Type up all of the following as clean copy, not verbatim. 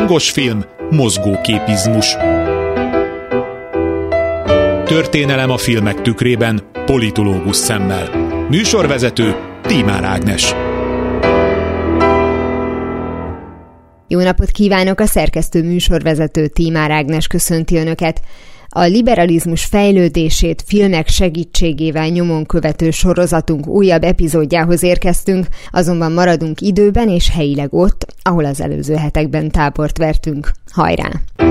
Hangos film, mozgóképizmus. Történelem a filmek tükrében, politológus szemmel. Műsorvezető Tímár Ágnes. Jó napot kívánok, a szerkesztő műsorvezető Tímár Ágnes köszönti Önöket. A liberalizmus fejlődését filmek segítségével nyomon követő sorozatunk újabb epizódjához érkeztünk, azonban maradunk időben és helyileg ott, ahol az előző hetekben tábort vertünk. Hajrá!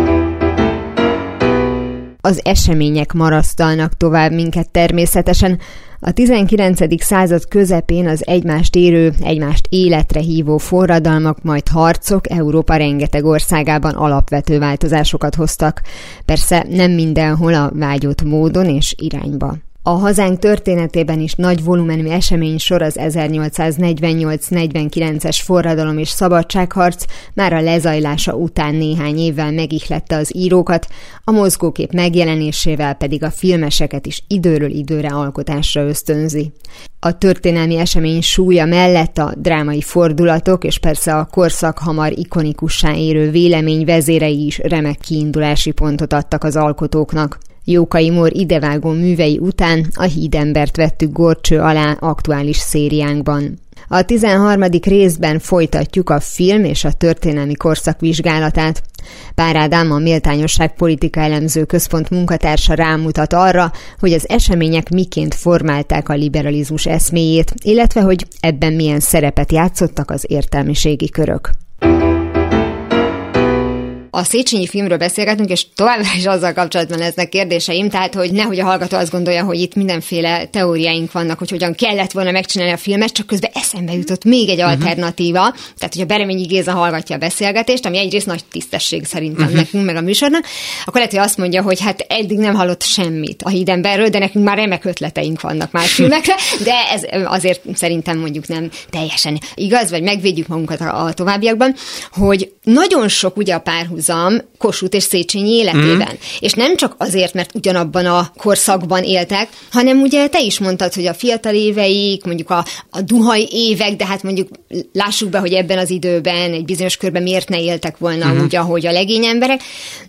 Az események marasztalnak tovább minket természetesen. A 19. század közepén az egymást érő, egymást életre hívó forradalmak, majd harcok Európa rengeteg országában alapvető változásokat hoztak. Persze nem mindenhol a vágyott módon és irányba. A hazánk történetében is nagy volumenű eseménysor az 1848-49-es forradalom és szabadságharc már a lezajlása után néhány évvel megihlette az írókat, a mozgókép megjelenésével pedig a filmeseket is időről időre alkotásra ösztönzi. A történelmi esemény súlya mellett a drámai fordulatok és persze a korszak hamar ikonikussá érő vélemény vezérei is remek kiindulási pontot adtak az alkotóknak. Jókai Mór idevágó művei után a Hídembert vettük górcső alá aktuális szériánkban. A 13. részben folytatjuk a film és a történelmi korszak vizsgálatát. Pár Ádám, a Méltányosság Politika Elemző Központ munkatársa rámutat arra, hogy az események miként formálták a liberalizmus eszméjét, illetve hogy ebben milyen szerepet játszottak az értelmiségi körök. A Széchenyi filmről beszélgetünk, és továbbra is azzal kapcsolatban lesznek kérdéseim, tehát hogy nehogy a hallgató azt gondolja, hogy itt mindenféle teóriáink vannak, hogy hogyan kellett volna megcsinálni a filmet, csak közben eszembe jutott még egy alternatíva, tehát hogyha Bereményi Géza hallgatja a beszélgetést, ami egyrészt nagy tisztesség szerintem nekünk, meg a műsornak, akkor lehet, hogy azt mondja, hogy hát eddig nem hallott semmit a Hídemberről, de nekünk már remek ötleteink vannak más filmekre, de ez azért szerintem mondjuk nem teljesen igaz, vagy megvédjük magunkat a továbbiakban, hogy nagyon sok ugye a párhuzam Kossuth és Széchenyi életében. És nem csak azért, mert ugyanabban a korszakban éltek, hanem ugye te is mondtad, hogy a fiatal éveik, mondjuk a duhai évek, de hát mondjuk lássuk be, hogy ebben az időben egy bizonyos körben miért ne éltek volna úgy, ahogy a legény emberek.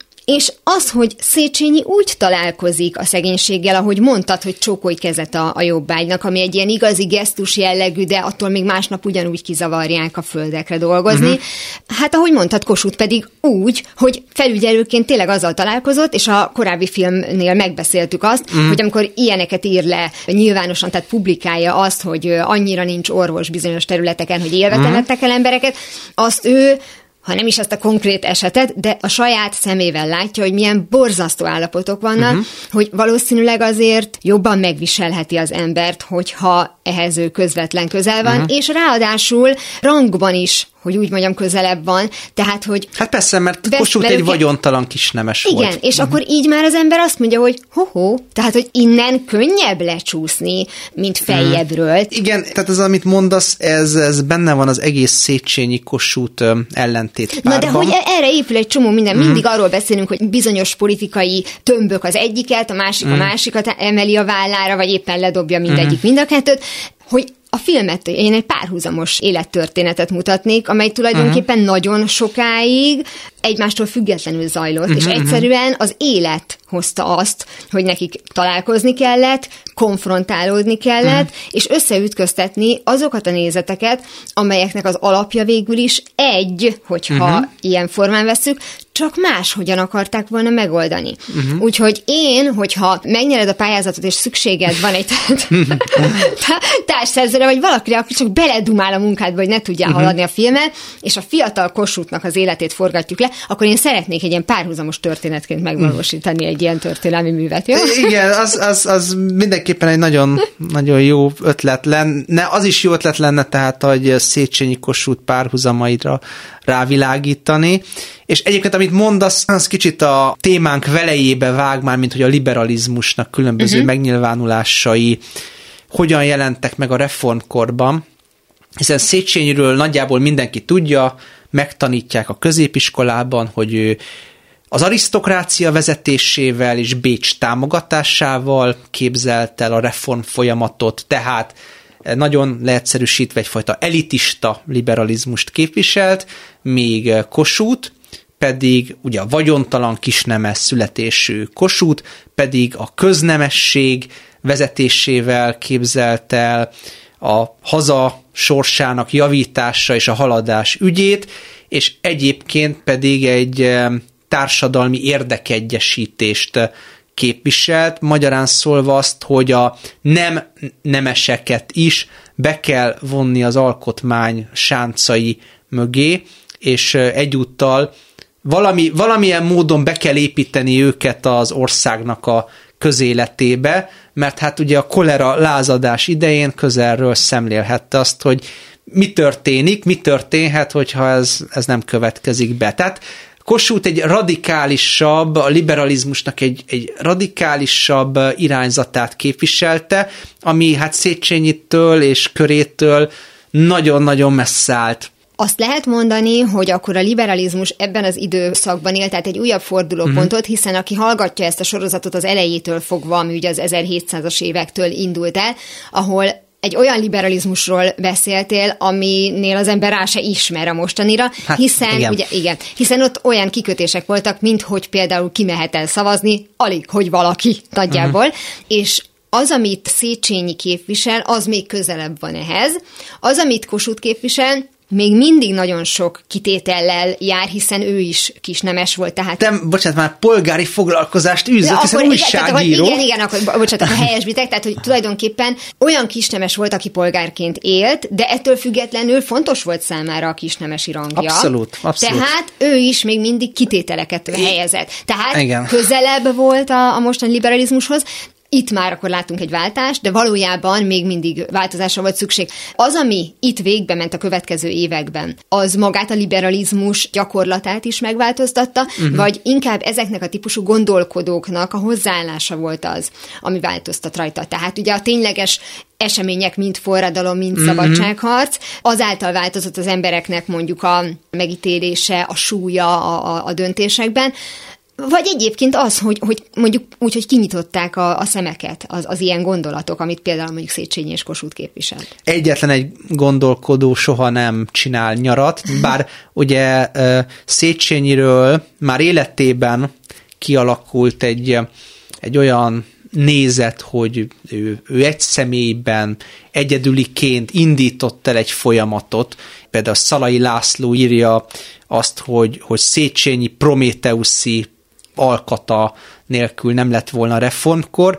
És az, hogy Széchenyi úgy találkozik a szegénységgel, ahogy mondtad, hogy csókolj kezet a jobbágynak, ami egy ilyen igazi gesztus jellegű, de attól még másnap ugyanúgy kizavarják a földekre dolgozni. Hát ahogy mondtad, Kossuth pedig úgy, hogy felügyelőként tényleg azzal találkozott, és a korábbi filmnél megbeszéltük azt, hogy amikor ilyeneket ír le nyilvánosan, tehát publikálja azt, hogy annyira nincs orvos bizonyos területeken, hogy élve temettek el embereket, azt ő, ha nem is azt a konkrét esetet, de a saját szemével látja, hogy milyen borzasztó állapotok vannak, hogy valószínűleg azért jobban megviselheti az embert, hogyha ehhez ő közvetlen közel van, és ráadásul rangban is, hogy úgy mondjam, közelebb van, tehát, hogy... Hát persze, mert Kossuth egy vagyontalan kisnemes volt. Igen, és akkor így már az ember azt mondja, hogy tehát, hogy innen könnyebb lecsúszni, mint fejjebbről. Igen, tehát ez, amit mondasz, ez benne van az egész Széchenyi-Kossuth ellentétpárban. Na de hogy erre épül egy csomó minden. Mindig arról beszélünk, hogy bizonyos politikai tömbök az egyiket, a másikat emeli a vállára, vagy éppen ledobja mindegyik mind a kettőt, hogy a filmet én egy párhuzamos élettörténetet mutatnék, amely tulajdonképpen nagyon sokáig egymástól függetlenül zajlott, és egyszerűen az élet hozta azt, hogy nekik találkozni kellett, konfrontálódni kellett, és összeütköztetni azokat a nézeteket, amelyeknek az alapja végül is hogyha ilyen formán vesszük, csak máshogyan akarták volna megoldani. Úgyhogy hogyha megnyered a pályázatot, és szükséged van egy társszerzőre, vagy valakire, aki csak beledumál a munkádba, hogy ne tudjál haladni a filmet, és a fiatal Kossuthnak az életét forgatjuk le, akkor én szeretnék egy ilyen párhuzamos történetként megvalósítani egy ilyen történelmi művet, jó? Igen, az mindenképpen egy nagyon, nagyon jó ötlet lenne. Az is jó ötlet lenne, tehát, hogy Széchenyi-Kossuth párhuzamaidra rávilágítani. És egyébként, amit mondasz, az kicsit a témánk velejébe vág már, mint hogy a liberalizmusnak különböző megnyilvánulásai hogyan jelentek meg a reformkorban, hiszen Széchenyiről nagyjából mindenki tudja, megtanítják a középiskolában, hogy ő az arisztokrácia vezetésével és Bécs támogatásával képzelt el a reform folyamatot, tehát nagyon leegyszerűsítve egyfajta elitista liberalizmust képviselt, míg Kossuth pedig ugye a vagyontalan kisnemes születésű Kossuth pedig a köznemesség vezetésével képzelt el a haza sorsának javítása és a haladás ügyét, és egyébként pedig egy társadalmi érdekegyesítést képviselt, magyarán szólva azt, hogy a nem nemeseket is be kell vonni az alkotmány sáncai mögé, és egyúttal valamilyen módon be kell építeni őket az országnak a közéletébe, mert hát ugye a kolera lázadás idején közelről szemlélhette azt, hogy mi történhet, hogyha ez nem következik be. Tehát Kossuth egy radikálisabb, a liberalizmusnak egy radikálisabb irányzatát képviselte, ami hát Széchenyitől és körétől nagyon-nagyon messze állt. Azt lehet mondani, hogy akkor a liberalizmus ebben az időszakban élt, tehát egy újabb fordulópontot, hiszen aki hallgatja ezt a sorozatot az elejétől fogva, ami ugye az 1700-as évektől indult el, ahol egy olyan liberalizmusról beszéltél, aminél az ember rá se ismer a mostanira, hiszen ott olyan kikötések voltak, mint hogy például ki mehet el szavazni, alig, hogy valaki nagyjából, és az, amit Széchenyi képvisel, az még közelebb van ehhez. Az, amit Kossuth képvisel, még mindig nagyon sok kitétellel jár, hiszen ő is kisnemes volt, tehát... Bocsánat, már polgári foglalkozást űzött, hiszen újságíró. Igen, akkor helyesbitek, tehát hogy tulajdonképpen olyan kisnemes volt, aki polgárként élt, de ettől függetlenül fontos volt számára a kisnemesi rangja. Abszolút. Tehát ő is még mindig kitételeket helyezett. Tehát közelebb volt a mostani liberalizmushoz. Itt már akkor látunk egy váltást, de valójában még mindig változásra volt szükség. Az, ami itt végbe ment a következő években, az magát a liberalizmus gyakorlatát is megváltoztatta, vagy inkább ezeknek a típusú gondolkodóknak a hozzáállása volt az, ami változtat rajta. Tehát ugye a tényleges események, mint forradalom, mint szabadságharc, azáltal változott az embereknek mondjuk a megítélése, a súlya a döntésekben, vagy egyébként az, hogy mondjuk úgy, hogy kinyitották a szemeket az ilyen gondolatok, amit például mondjuk Széchenyi és Kossuth képviselt. Egyetlen egy gondolkodó soha nem csinál nyarat, bár ugye Széchenyiről már életében kialakult egy olyan nézet, hogy ő egy személyben egyedüliként indított el egy folyamatot. Például Szalai László írja azt, hogy Széchenyi prométeuszi alkata nélkül nem lett volna reformkor.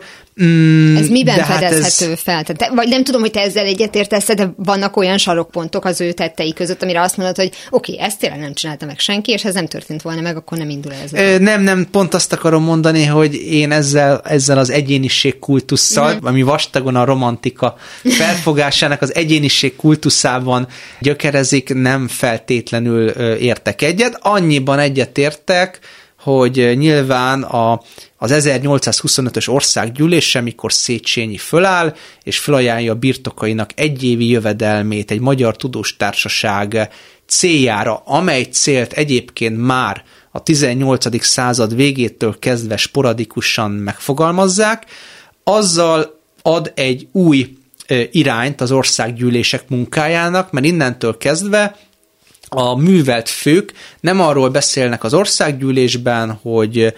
Ez miben fedezhető fel? Vagy nem tudom, hogy te ezzel egyetértesz, de vannak olyan sarokpontok az ő tettei között, amire azt mondod, hogy oké, ezt tényleg nem csinálta meg senki, és ez nem történt volna meg, akkor nem indul ez. Nem, pont azt akarom mondani, hogy én ezzel az egyéniség kultusszal, ami vastagon a romantika felfogásának az egyéniség kultuszában gyökerezik, nem feltétlenül értek egyet. Annyiban egyetértek, hogy nyilván az 1825-ös országgyűlése, mikor Széchenyi föláll, és felajánlja a birtokainak egyévi jövedelmét egy magyar tudós társaság céljára, amely célt egyébként már a 18. század végétől kezdve sporadikusan megfogalmazzák, azzal ad egy új irányt az országgyűlések munkájának, mert innentől kezdve a művelt fők nem arról beszélnek az országgyűlésben, hogy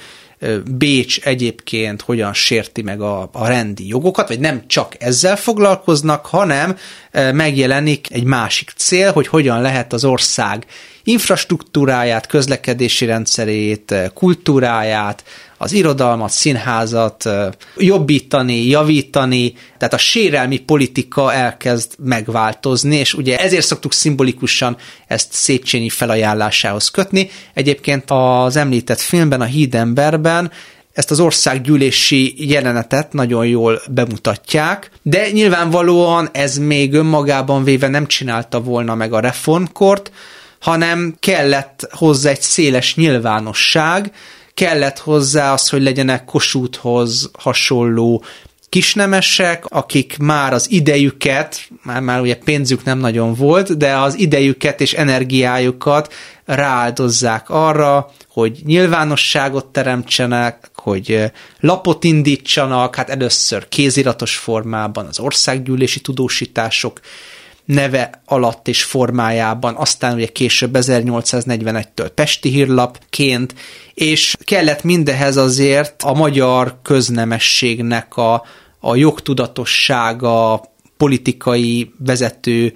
Bécs egyébként hogyan sérti meg a rendi jogokat, vagy nem csak ezzel foglalkoznak, hanem megjelenik egy másik cél, hogy hogyan lehet az ország infrastruktúráját, közlekedési rendszerét, kultúráját, az irodalmat, színházat jobbítani, javítani, tehát a sérelmi politika elkezd megváltozni, és ugye ezért szoktuk szimbolikusan ezt Széchenyi felajánlásához kötni. Egyébként az említett filmben, a Hídemberben ezt az országgyűlési jelenetet nagyon jól bemutatják, de nyilvánvalóan ez még önmagában véve nem csinálta volna meg a reformkort, hanem kellett hozzá egy széles nyilvánosság, kellett hozzá az, hogy legyenek Kossuthhoz hasonló kisnemesek, akik már az idejüket, már ugye pénzük nem nagyon volt, de az idejüket és energiájukat rááldozzák arra, hogy nyilvánosságot teremtsenek, hogy lapot indítsanak, hát először kéziratos formában az országgyűlési tudósítások neve alatt és formájában, aztán ugye később 1841-től Pesti Hírlapként, és kellett mindehez azért a magyar köznemességnek a jogtudatossága, politikai vezető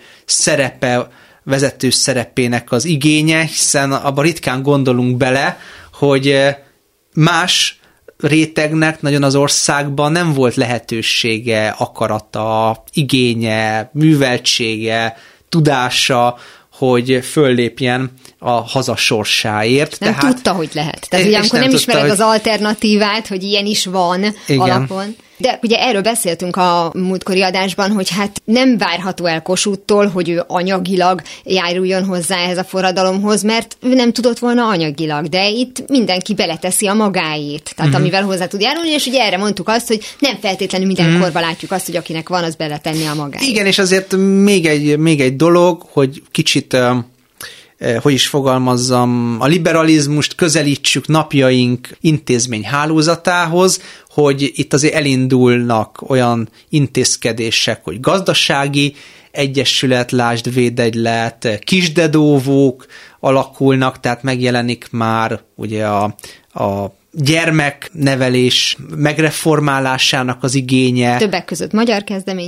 szerepének az igénye, hiszen abban ritkán gondolunk bele, hogy más rétegnek nagyon az országban nem volt lehetősége, akarata, igénye, műveltsége, tudása, hogy föllépjen a haza sorsáért. Nem tudta, hogy lehet. Tehát ugye amikor nem ismered az alternatívát, hogy ilyen is van alapon. De ugye erről beszéltünk a múltkori adásban, hogy hát nem várható el Kossuth-tól, hogy ő anyagilag járuljon hozzá ehhez a forradalomhoz, mert ő nem tudott volna anyagilag, de itt mindenki beleteszi a magáét, tehát amivel hozzá tud járulni, és ugye erre mondtuk azt, hogy nem feltétlenül minden korban látjuk azt, hogy akinek van, az beletenni a magáét. Igen, és azért még egy dolog, hogy kicsit hogy is fogalmazzam, a liberalizmust közelítsük napjaink intézményhálózatához, hogy itt azért elindulnak olyan intézkedések, hogy gazdasági egyesület, lásd védegylet, kisdedóvók alakulnak, tehát megjelenik már ugye a gyermeknevelés megreformálásának az igénye. Többek között magyar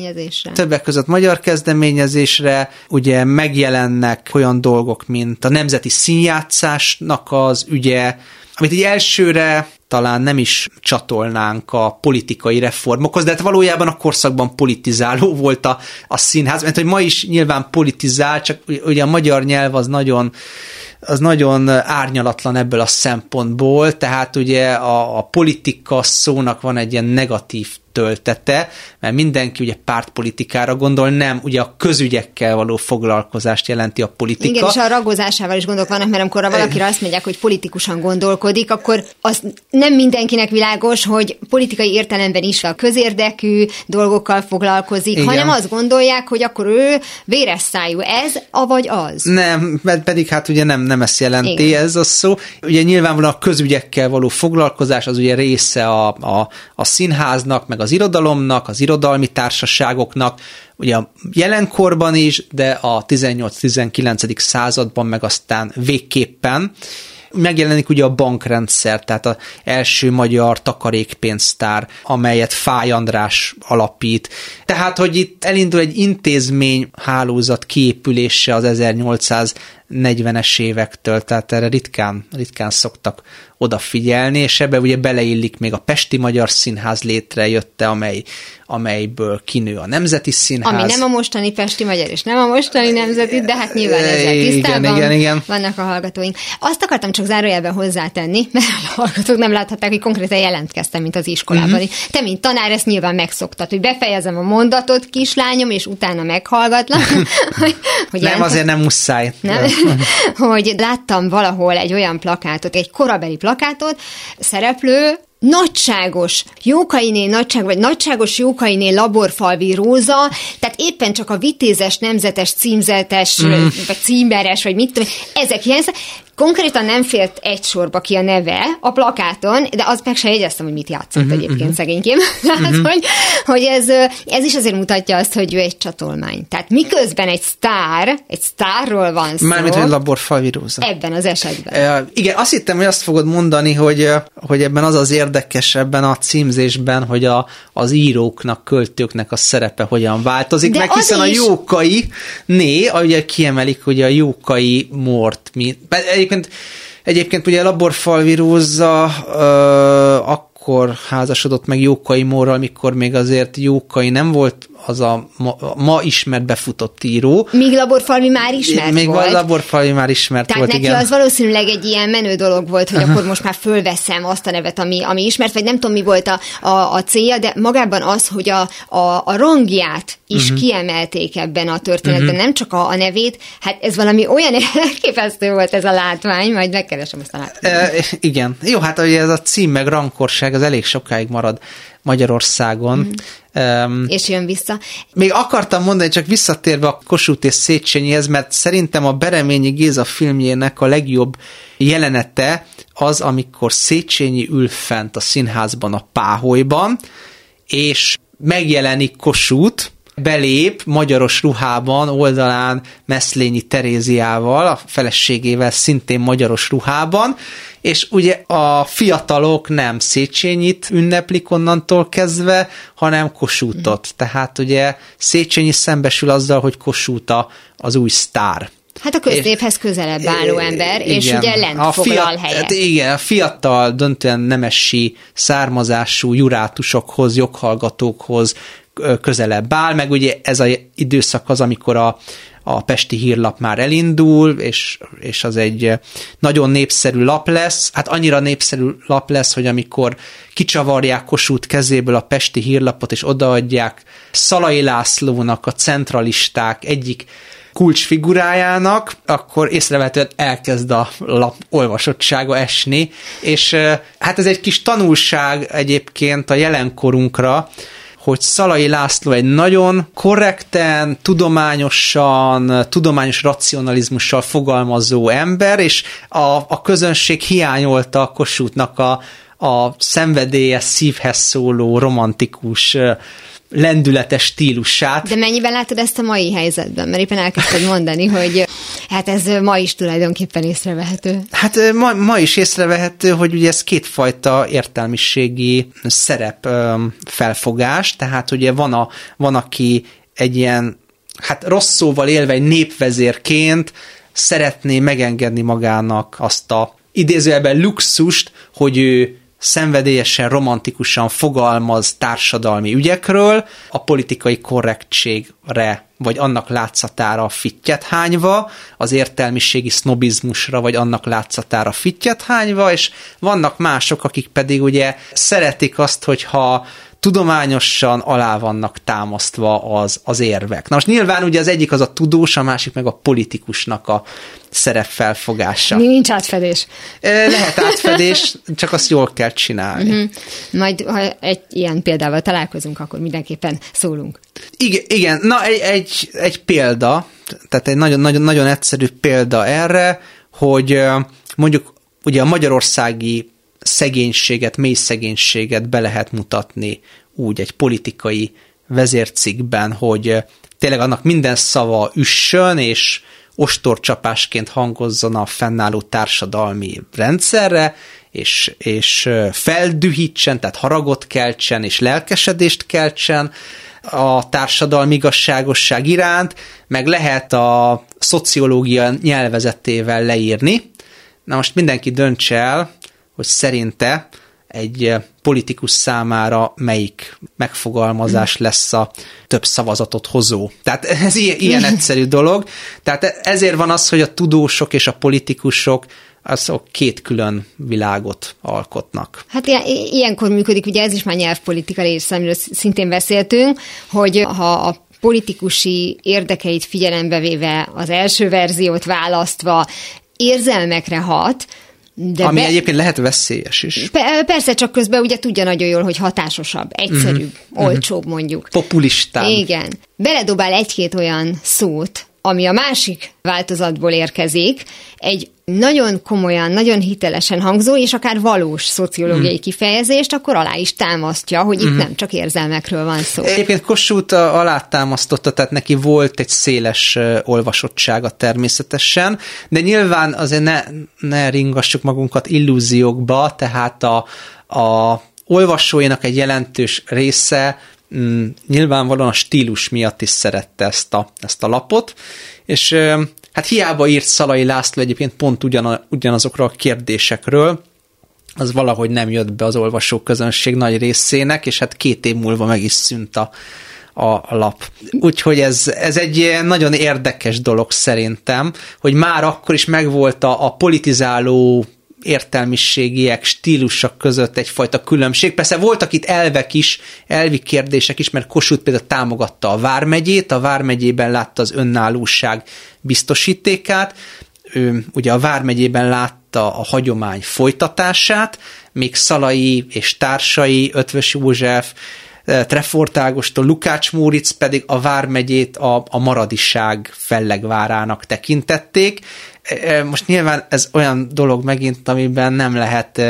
kezdeményezésre. Ugye megjelennek olyan dolgok, mint a nemzeti színjátszásnak az ügye, amit így elsőre talán nem is csatolnánk a politikai reformokhoz, de hát valójában a korszakban politizáló volt a színház, mert hogy ma is nyilván politizál, csak ugye a magyar nyelv az nagyon árnyalatlan ebből a szempontból, tehát ugye a politika szónak van egy ilyen negatív töltete, mert mindenki ugye pártpolitikára gondol, nem ugye a közügyekkel való foglalkozást jelenti a politika. Igen, és a ragozásával is gondok vannak, mert amikor valakire azt mondják, hogy politikusan gondolkodik, akkor az nem mindenkinek világos, hogy politikai értelemben is a közérdekű dolgokkal foglalkozik, igen, hanem azt gondolják, hogy akkor ő véres szájú, ez avagy az. Nem, pedig hát ugye nem ezt jelenti, igen, ez a szó. Ugye nyilvánvalóan a közügyekkel való foglalkozás az ugye része a színháznak, meg az irodalomnak, az irodalmi társaságoknak, ugye a jelenkorban is, de a 18-19. században meg aztán végképpen megjelenik ugye a bankrendszer, tehát az első magyar takarékpénztár, amelyet Fáy András alapít. Tehát, hogy itt elindul egy intézményhálózat kiépülése az 1840-es évektől, tehát erre ritkán szoktak odafigyelni, és ebbe ugye beleillik még a Pesti Magyar Színház létrejötte, amelyből kinő a Nemzeti Színház. Ami nem a mostani Pesti Magyar, és nem a mostani Nemzeti, de hát nyilván ezzel tisztában igen. vannak a hallgatóink. Azt akartam csak zárójelben hozzátenni, mert a hallgatók nem láthatták, hogy konkrétan jelentkeztem, mint az iskolában. Te, mint tanár, ezt nyilván megszoktad, hogy befejezem a mondatot, kislányom, és utána meghallgatlak. hogy nem, azért nem muszáj. Nem? Hogy láttam valahol egy olyan plakátot, egy korabeli plakátot, szereplő, nagyságos Jókainé Laborfalvi Róza, tehát éppen csak a vitézes, nemzetes, címzetes, vagy címeres, vagy mit tudom, ezek hiányznak. Konkrétan nem fért egy sorba ki a neve a plakáton, de azt meg sem jegyeztem, hogy mit játszott egyébként szegénykém. Tehát, hogy ez is azért mutatja azt, hogy ő egy csatolmány. Tehát miközben egy sztárról van szó. Mármint, hogy Laborfalvi Róza. Ebben az esetben. Igen, azt hittem, hogy azt fogod mondani, hogy ebben az érdekes ebben a címzésben, hogy az íróknak, költőknek a szerepe hogyan változik, meg hiszen a Jókai ugye kiemelik, hogy a Jókai Mort, Egyébként ugye Laborfalvi Róza akkor házasodott meg Jókai Mórral, mikor még azért Jókai nem volt az a ma ismert befutott író. Míg Laborfalvi már ismert még volt. Laborfalvi már ismert tehát volt, neki igen. az valószínűleg egy ilyen menő dolog volt, hogy akkor most már fölveszem azt a nevet, ami ismert, vagy nem tudom, mi volt a célja, de magában az, hogy a rangját is kiemelték ebben a történetben, nem csak a nevét, hát ez valami olyan elképesztő volt ez a látvány, majd megkeresem ezt a látványt. Igen. Jó, hát ugye ez a cím meg rangkorság az elég sokáig marad Magyarországon. És jön vissza. Még akartam mondani, csak visszatérve a Kossuth és Széchenyihez, mert szerintem a Bereményi Géza filmjének a legjobb jelenete az, amikor Széchenyi ül fent a színházban a páholyban, és megjelenik Kossuth, belép magyaros ruhában, oldalán Meszlényi Teréziával, a feleségével szintén magyaros ruhában, és ugye a fiatalok nem Széchenyit ünneplik onnantól kezdve, hanem Kossuthot. Tehát ugye Széchenyi szembesül azzal, hogy Kossuth az új sztár. Hát a köznéphez közelebb álló ember, igen, és ugye lent foglal helyet. Igen, a fiatal, döntően nemesi származású jurátusokhoz, joghallgatókhoz közelebb áll, meg ugye ez az időszak az, amikor a Pesti Hírlap már elindul, és az egy nagyon népszerű lap lesz. Hát annyira népszerű lap lesz, hogy amikor kicsavarják Kossuth kezéből a Pesti Hírlapot, és odaadják Szalai Lászlónak, a centralisták egyik kulcsfigurájának, akkor észrevehetően elkezd a lap olvasottsága esni, és hát ez egy kis tanulság egyébként a jelenkorunkra, hogy Szalai László egy nagyon korrekten, tudományos racionalizmussal fogalmazó ember, és a közönség hiányolta a Kossuthnak a szenvedélyes, szívhez szóló, romantikus, lendületes stílusát. De mennyiben látod ezt a mai helyzetben? Mert éppen elkezdted mondani, hogy hát ez ma is tulajdonképpen észrevehető. Hát ma is észrevehető, hogy ugye ez kétfajta értelmiségi szerep felfogás, tehát ugye van aki egy ilyen, hát rossz szóval élve egy népvezérként szeretné megengedni magának azt a idézőjelben luxust, hogy ő szenvedélyesen, romantikusan fogalmaz társadalmi ügyekről, a politikai korrektségre, vagy annak látszatára fittyet hányva, az értelmiségi sznobizmusra, vagy annak látszatára fittyet hányva, és vannak mások, akik pedig ugye szeretik azt, hogyha tudományosan alá vannak támasztva az érvek. Na most nyilván ugye az egyik az a tudós, a másik meg a politikusnak a szerepfelfogása. Nincs átfedés. Lehet átfedés, csak azt jól kell csinálni. Uh-huh. Majd, ha egy ilyen példával találkozunk, akkor mindenképpen szólunk. Igen. Na egy példa, tehát egy nagyon egyszerű példa erre, hogy mondjuk ugye a magyarországi szegénységet, mély szegénységet be lehet mutatni úgy egy politikai vezércikkben, hogy tényleg annak minden szava üssön, és ostorcsapásként hangozzon a fennálló társadalmi rendszerre, és feldühítsen, tehát haragot keltsen, és lelkesedést keltsen a társadalmi igazságosság iránt, meg lehet a szociológia nyelvezetével leírni. Na most mindenki döntse el, hogy szerinte egy politikus számára melyik megfogalmazás lesz a több szavazatot hozó. Tehát ez ilyen egyszerű dolog. Tehát ezért van az, hogy a tudósok és a politikusok azok két külön világot alkotnak. Hát ilyenkor működik, ugye ez is már nyelvpolitika része, amiről szintén beszéltünk, hogy ha a politikusi érdekeit figyelembe véve, az első verziót választva érzelmekre hat, ami egyébként lehet veszélyes is. Persze, csak közben ugye tudja nagyon jól, hogy hatásosabb, egyszerűbb, olcsóbb mondjuk. Populistább. Igen. Beledobál egy-két olyan szót, ami a másik változatból érkezik, egy nagyon komolyan, nagyon hitelesen hangzó, és akár valós szociológiai kifejezést, akkor alá is támasztja, hogy itt nem csak érzelmekről van szó. Egyébként Kossuth alátámasztotta, tehát neki volt egy széles olvasottsága természetesen, de nyilván azért ne ringassuk magunkat illúziókba, tehát a olvasóinak egy jelentős része nyilvánvalóan a stílus miatt is szerette ezt a lapot, és hát hiába írt Szalai László egyébként pont ugyanazokról a kérdésekről, az valahogy nem jött be az olvasóközönség nagy részének, és hát 2 év múlva meg is szűnt a lap. Úgyhogy ez egy nagyon érdekes dolog szerintem, hogy már akkor is megvolt a politizáló értelmiségiek, stílusok között egyfajta különbség. Persze voltak itt elvek is, elvi kérdések is, mert Kossuth például támogatta a Vármegyét, a Vármegyében látta az önállóság biztosítékát, ő ugye a Vármegyében látta a hagyomány folytatását, még Szalai és társai, Ötvös József, Trefort Ágoston, Lukács Móricz pedig a Vármegyét a maradiság fellegvárának tekintették. Most nyilván ez olyan dolog megint, amiben nem lehet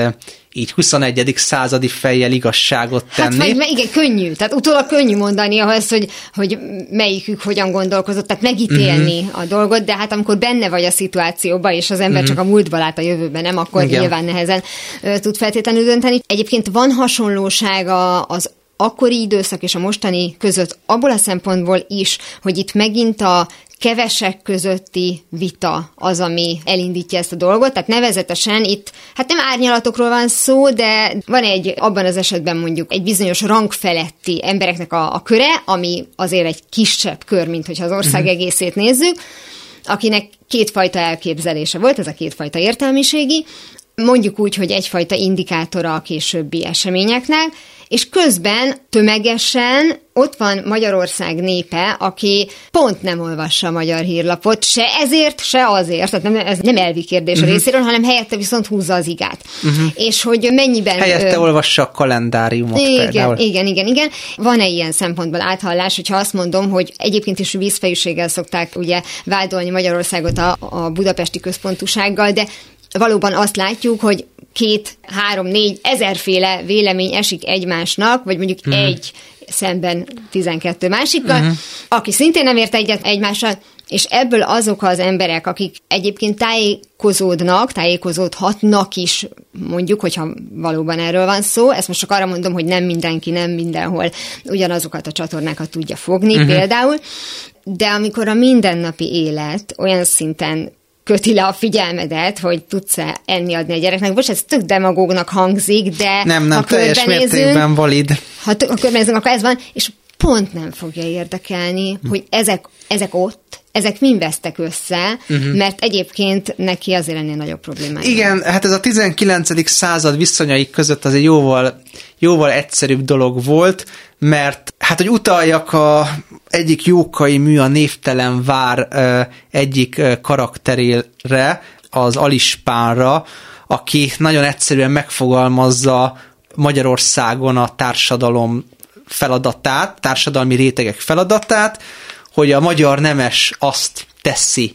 így 21. századi fejjel igazságot tenni. Hát vagy igen, könnyű. Tehát utólag könnyű mondani ahhoz, hogy melyikük hogyan gondolkozott, tehát megítélni a dolgot, de hát amikor benne vagy a szituációban, és az ember csak a múltban lát, a jövőben nem, akkor nyilván nehezen tud feltétlenül dönteni. Egyébként van hasonlósága az akkori időszak és a mostani között abból a szempontból is, hogy itt megint a kevesek közötti vita az, ami elindítja ezt a dolgot, tehát nevezetesen itt, hát nem árnyalatokról van szó, de van abban az esetben mondjuk egy bizonyos rang feletti embereknek a köre, ami azért egy kisebb kör, mint hogyha az ország egészét nézzük, akinek kétfajta elképzelése volt, ez a kétfajta értelmiségi, mondjuk úgy, hogy egyfajta indikátora a későbbi eseményeknek, és közben tömegesen ott van Magyarország népe, aki pont nem olvassa a magyar hírlapot, se ezért, se azért, tehát ez nem elvi kérdés a részéről, hanem helyette viszont húzza az igát. És hogy mennyiben... Helyette olvassa a kalendáriumot például. Igen. Van-e ilyen szempontból áthallás, hogyha azt mondom, hogy egyébként is vízfejűséggel szokták ugye vádolni Magyarországot a budapesti központúsággal, de valóban azt látjuk, hogy 2, 3, 4 ezerféle vélemény esik egymásnak, vagy mondjuk egy szemben 12 másikkal, aki szintén nem ért egyet egymással, és ebből azok az emberek, akik egyébként tájékozódhatnak is, mondjuk, hogyha valóban erről van szó, ezt most csak arra mondom, hogy nem mindenki, nem mindenhol ugyanazokat a csatornákat tudja fogni például, de amikor a mindennapi élet olyan szinten köti le a figyelmedet, hogy tudsz-e enni adni a gyereknek. Most ez tök demagógnak hangzik, de nem, teljes mértékben valid. Ha körbenézünk, akkor ez van, és pont nem fogja érdekelni, hogy ezek mind vesztek össze, mert egyébként neki azért ennél nagyobb problémája. Igen, hát ez a 19. század viszonyai között az egy jóval egyszerűbb dolog volt, mert hát, hogy utaljak egyik Jókai mű, a Névtelen vár egyik karakterére, az Alispánra, aki nagyon egyszerűen megfogalmazza Magyarországon a társadalom feladatát, társadalmi rétegek feladatát, hogy a magyar nemes azt teszi,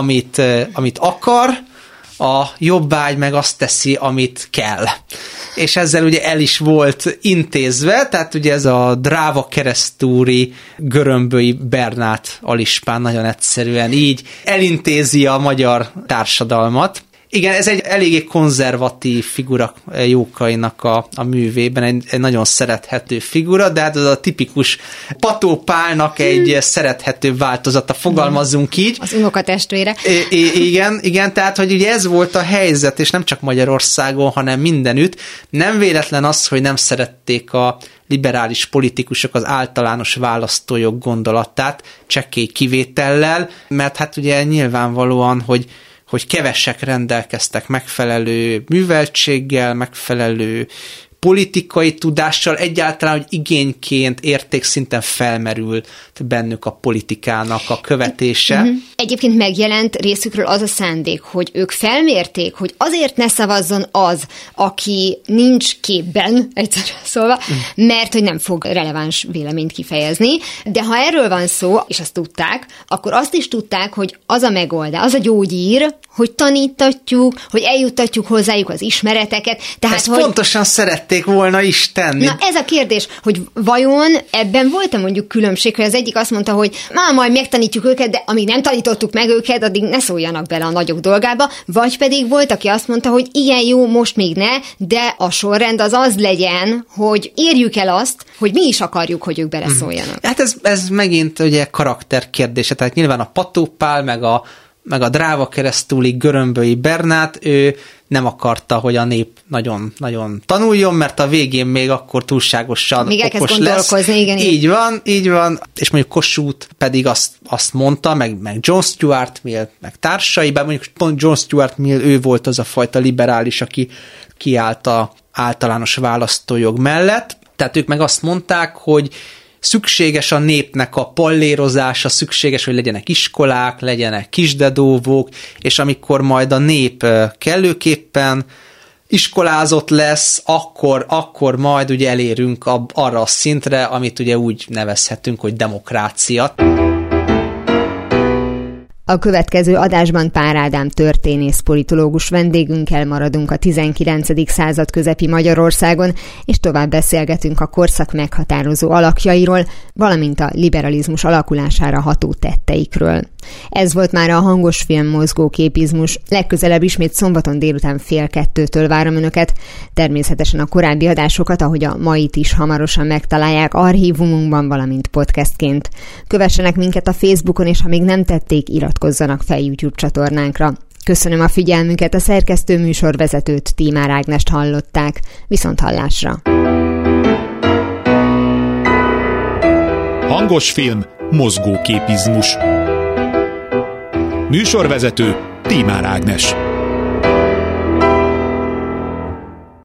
amit akar, a jobbágy meg azt teszi, amit kell. És ezzel ugye el is volt intézve, tehát ugye ez a dráva keresztúri Görömböi Bernát Alispán nagyon egyszerűen így elintézi a magyar társadalmat. Igen, ez egy eléggé konzervatív figura Jókainak a művében, egy nagyon szerethető figura, de hát ez a tipikus Pató Pálnak egy szerethető változata, fogalmazzunk így. Az unokatestvére. Igen, tehát hogy ugye ez volt a helyzet, és nem csak Magyarországon, hanem mindenütt. Nem véletlen az, hogy nem szerették a liberális politikusok az általános választójog gondolatát, csekély kivétellel, mert hát ugye nyilvánvalóan, hogy kevesek rendelkeztek megfelelő műveltséggel, megfelelő politikai tudással, egyáltalán, hogy igényként, értékszinten felmerült bennük a politikának a követése. Egyébként megjelent részükről az a szándék, hogy ők felmérték, hogy azért ne szavazzon az, aki nincs képben, egyszerűen szólva, mert hogy nem fog releváns véleményt kifejezni, de ha erről van szó, és azt tudták, akkor azt is tudták, hogy az a megoldás, az a gyógyír, hogy tanítatjuk, hogy eljuttatjuk hozzájuk az ismereteket. Tehát, ezt pontosan szerették volna is tenni. Na ez a kérdés, hogy vajon ebben volt-e mondjuk különbség, hogy az egyik azt mondta, hogy majd megtanítjuk őket, de amíg nem tanítottuk meg őket, addig ne szóljanak bele a nagyok dolgába, vagy pedig volt, aki azt mondta, hogy igen, jó, most még ne, de a sorrend az legyen, hogy érjük el azt, hogy mi is akarjuk, hogy ők beleszóljanak. Hát ez megint ugye karakter kérdése, tehát nyilván a Pató Pál, meg a dráva keresztúli Görömböi Bernát, ő nem akarta, hogy a nép nagyon, nagyon tanuljon, mert a végén még akkor túlságosan még okos lesz. Igen. Így van. És mondjuk Kossuth pedig azt mondta, meg John Stuart Mill, meg társai, bár mondjuk pont John Stuart Mill, ő volt az a fajta liberális, aki kiállt az általános választójog mellett. Tehát ők meg azt mondták, hogy szükséges a népnek a pallérozása, szükséges, hogy legyenek iskolák, legyenek kisdedóvók, és amikor majd a nép kellőképpen iskolázott lesz, akkor majd ugye elérünk arra a szintre, amit ugye úgy nevezhetünk, hogy demokrácia. A következő adásban Pár Ádám történész politológus vendégünkkel maradunk a 19. század közepi Magyarországon, és tovább beszélgetünk a korszak meghatározó alakjairól, valamint a liberalizmus alakulására ható tetteikről. Ez volt már a Hangosfilm mozgóképizmus. Legközelebb ismét szombaton délután 1:30-től várom Önöket. Természetesen a korábbi adásokat, ahogy a mait is hamarosan megtalálják archívumunkban, valamint podcastként. Kövessenek minket a Facebookon, és ha még nem tették, iratkozzanak fel YouTube csatornánkra. Köszönöm a figyelmüket, a szerkesztő műsorvezetőt, Tímár Ágnest hallották. Viszonthallásra! Hangosfilm mozgóképizmus. Műsorvezető Tímár Ágnes.